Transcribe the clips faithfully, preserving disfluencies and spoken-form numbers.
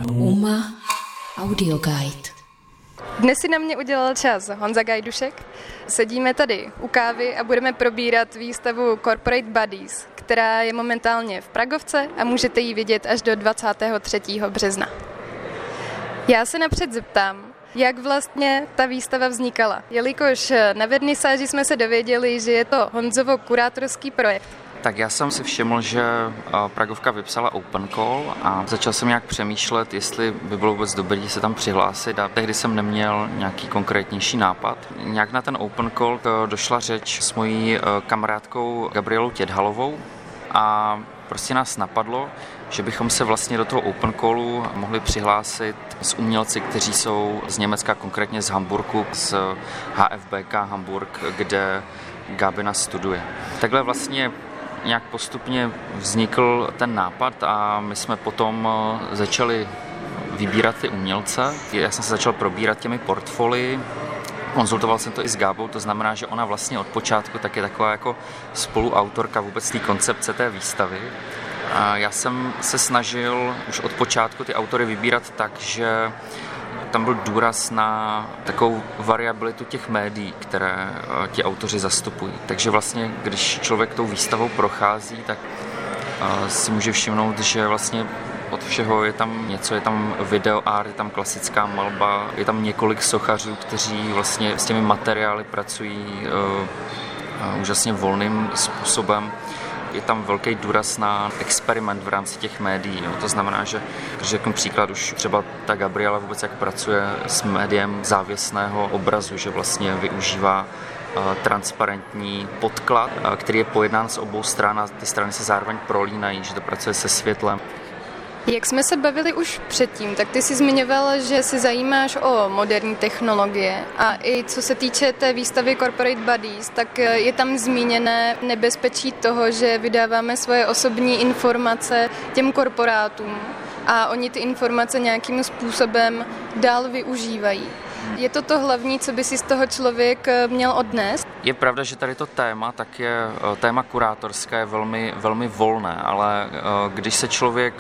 Uma Audio Guide. Dnes si na mě udělal čas Honza Gajdušek. Sedíme tady u kávy a budeme probírat výstavu Corporate Buddies, která je momentálně v Pragovce a můžete ji vidět až do dvacátého třetího března. Já se napřed zeptám, jak vlastně ta výstava vznikala, jelikož na vernisáži jsme se dověděli, že je to Honzovo kurátorský projekt. Tak já jsem si všiml, že Pragovka vypsala open call a začal jsem nějak přemýšlet, jestli by bylo vůbec dobré se tam přihlásit, a tehdy jsem neměl nějaký konkrétnější nápad. Nějak na ten open call došla řeč s mojí kamarádkou Gabrielou Tědhalovou a prostě nás napadlo, že bychom se vlastně do toho open callu mohli přihlásit s umělci, kteří jsou z Německa, konkrétně z Hamburku, z H F B K Hamburg, kde Gabina studuje. Takhle vlastně nějak postupně vznikl ten nápad a my jsme potom začali vybírat ty umělce. Já jsem se začal probírat těmi portfolii, konzultoval jsem to i s Gábou, to znamená, že ona vlastně od počátku tak je taková jako spoluautorka vůbec té koncepce té výstavy. A já jsem se snažil už od počátku ty autory vybírat tak, že tam byl důraz na takovou variabilitu těch médií, které ti autoři zastupují. Takže vlastně, když člověk tou výstavou prochází, tak si může všimnout, že vlastně od všeho je tam něco, je tam video art, je tam klasická malba, je tam několik sochařů, kteří vlastně s těmi materiály pracují uh, úžasně volným způsobem. Je tam velký důraz na experiment v rámci těch médií. Jo. To znamená, že když řeknu příklad, už třeba ta Gabriela vůbec jak pracuje s médiem závěsného obrazu, že vlastně využívá uh, transparentní podklad, uh, který je pojednán z obou stran a ty strany se zároveň prolínají, že to pracuje se světlem. Jak jsme se bavili už předtím, tak ty jsi zmiňoval, že si zajímáš o moderní technologie a i co se týče té výstavy Corporate Buddies, tak je tam zmíněné nebezpečí toho, že vydáváme svoje osobní informace těm korporátům a oni ty informace nějakým způsobem dál využívají. Je to to hlavní, co by si z toho člověk měl odnést? Je pravda, že tady to téma, tak je téma kurátorské je velmi, velmi volné, ale když se člověk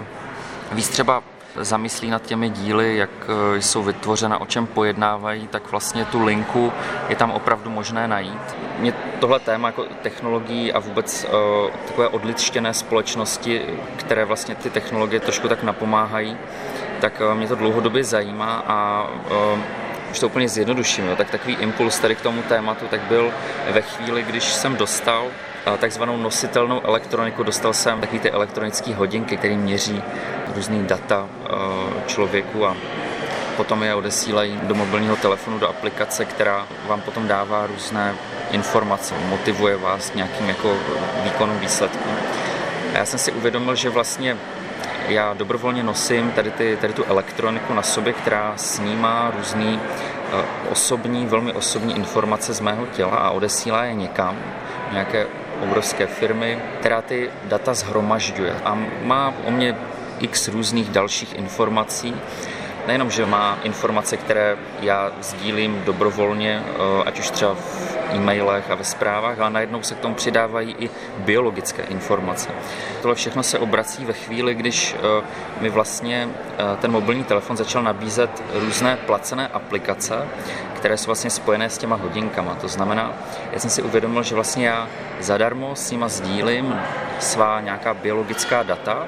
víc třeba zamyslí nad těmi díly, jak jsou vytvořena, o čem pojednávají, tak vlastně tu linku je tam opravdu možné najít. Mě tohle téma jako technologií a vůbec uh, takové odličtěné společnosti, které vlastně ty technologie trošku tak napomáhají, tak uh, mě to dlouhodobě zajímá a uh, už to úplně zjednoduším. Jo. Tak takový impuls tady k tomu tématu tak byl ve chvíli, když jsem dostal takzvanou nositelnou elektroniku, dostal jsem takový ty elektronické hodinky, které měří různý data člověku a potom je odesílají do mobilního telefonu, do aplikace, která vám potom dává různé informace, motivuje vás k nějakým jako výkonům, výsledkům. A já jsem si uvědomil, že vlastně já dobrovolně nosím tady, ty, tady tu elektroniku na sobě, která snímá různý uh, osobní, velmi osobní informace z mého těla a odesílá je někam, nějaké obrovské firmy, která ty data shromažďuje a má o mě x různých dalších informací. Nejenom, že má informace, které já sdílím dobrovolně, ať už třeba v e-mailech a ve zprávách, ale najednou se k tomu přidávají i biologické informace. Tohle všechno se obrací ve chvíli, když mi vlastně ten mobilní telefon začal nabízet různé placené aplikace, které jsou vlastně spojené s těma hodinkama. To znamená, já jsem si uvědomil, že vlastně já zadarmo s nima sdílím svá nějaká biologická data,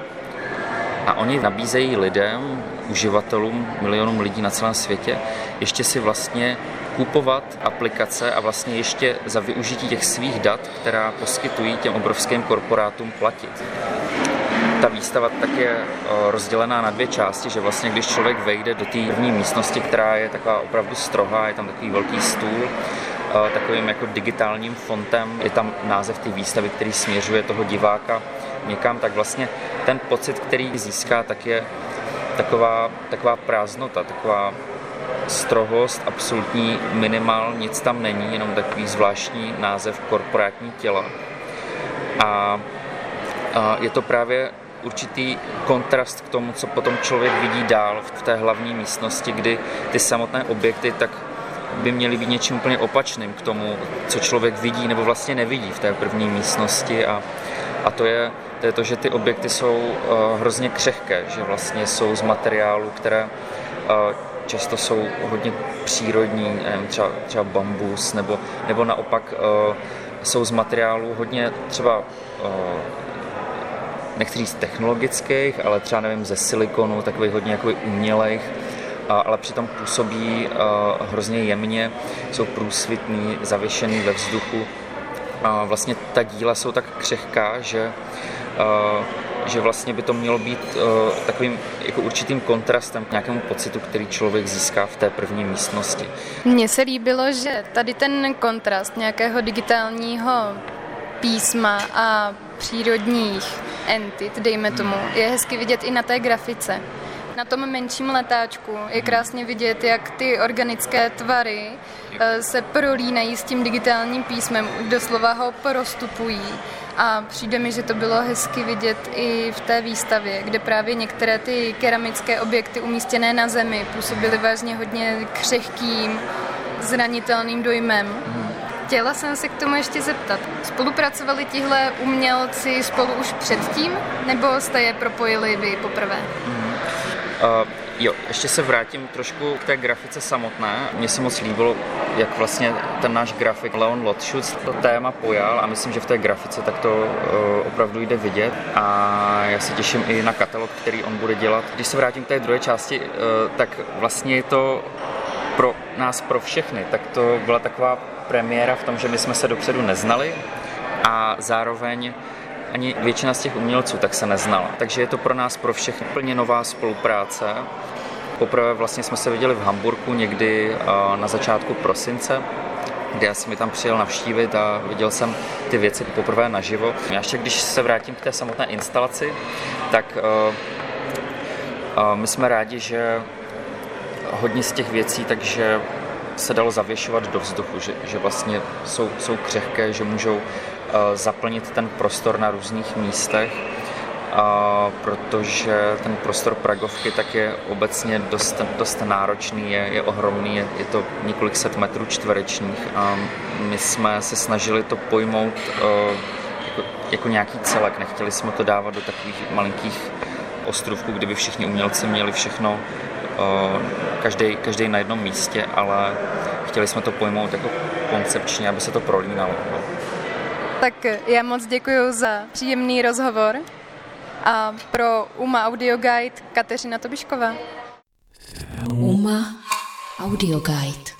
a oni nabízejí lidem, uživatelům, milionům lidí na celém světě, ještě si vlastně kupovat aplikace a vlastně ještě za využití těch svých dat, která poskytují těm obrovským korporátům, platit. Ta výstava tak je rozdělená na dvě části, že vlastně když člověk vejde do té první místnosti, která je taková opravdu strohá, je tam takový velký stůl, takovým jako digitálním fontem, je tam název té výstavy, který směřuje toho diváka někam, tak vlastně ten pocit, který získá, tak je taková, taková prázdnota, taková strohost, absolutní minimál, nic tam není, jenom takový zvláštní název korporátní těla. A, a je to právě určitý kontrast k tomu, co potom člověk vidí dál v té hlavní místnosti, kdy ty samotné objekty tak by měly být něčím úplně opačným k tomu, co člověk vidí nebo vlastně nevidí v té první místnosti a, a to je to je to, že ty objekty jsou uh, hrozně křehké, že vlastně jsou z materiálu, které uh, často jsou hodně přírodní, nevím, třeba, třeba bambus, nebo, nebo naopak uh, jsou z materiálů hodně třeba, uh, nechci říct technologických, ale třeba nevím, ze silikonu, takových hodně jako umělejch, ale přitom působí uh, hrozně jemně, jsou průsvitný, zavěšený ve vzduchu. A vlastně ta díla jsou tak křehká, že, uh, že vlastně by to mělo být uh, takovým jako určitým kontrastem k nějakému pocitu, který člověk získá v té první místnosti. Mně se líbilo, že tady ten kontrast nějakého digitálního písma a přírodních entit, dejme tomu, je hezky vidět i na té grafice. Na tom menším letáčku je krásně vidět, jak ty organické tvary se prolínají s tím digitálním písmem, doslova ho prostupují. A přijde mi, že to bylo hezky vidět i v té výstavě, kde právě některé ty keramické objekty umístěné na zemi působily vážně hodně křehkým, zranitelným dojmem. Chtěla jsem se k tomu ještě zeptat. Spolupracovali tihle umělci spolu už předtím, nebo jste je propojili vy poprvé? Uh, jo, ještě se vrátím trošku k té grafice samotné. Mně se moc líbilo, jak vlastně ten náš grafik Leon Lotschutz to téma pojal a myslím, že v té grafice tak to uh, opravdu jde vidět a já se těším i na katalog, který on bude dělat. Když se vrátím k té druhé části, uh, tak vlastně je to pro nás, pro všechny, tak to byla taková premiéra v tom, že my jsme se dopředu neznali a zároveň ani většina z těch umělců tak se neznala. Takže je to pro nás, pro všechny plně nová spolupráce. Poprvé vlastně jsme se viděli v Hamburku někdy na začátku prosince, kde já jsem mi tam přijel navštívit a viděl jsem ty věci poprvé naživo. Já ještě když se vrátím k té samotné instalaci, tak uh, uh, my jsme rádi, že hodně z těch věcí, takže se dalo zavěšovat do vzduchu, že, že vlastně jsou, jsou křehké, že můžou uh, zaplnit ten prostor na různých místech, uh, protože ten prostor Pragovky tak je obecně dost, dost náročný, je, je ohromný, je, je to několik set metrů čtverečních a my jsme se snažili to pojmout uh, jako, jako nějaký celek, nechtěli jsme to dávat do takových malinkých ostrůvků, kdyby všichni umělci měli všechno Každý, každý na jednom místě, ale chtěli jsme to pojmout jako koncepčně, aby se to prolínalo. Tak já moc děkuji za příjemný rozhovor a pro UMA Audio Guide Kateřina Tobišková. UMA Audio Guide.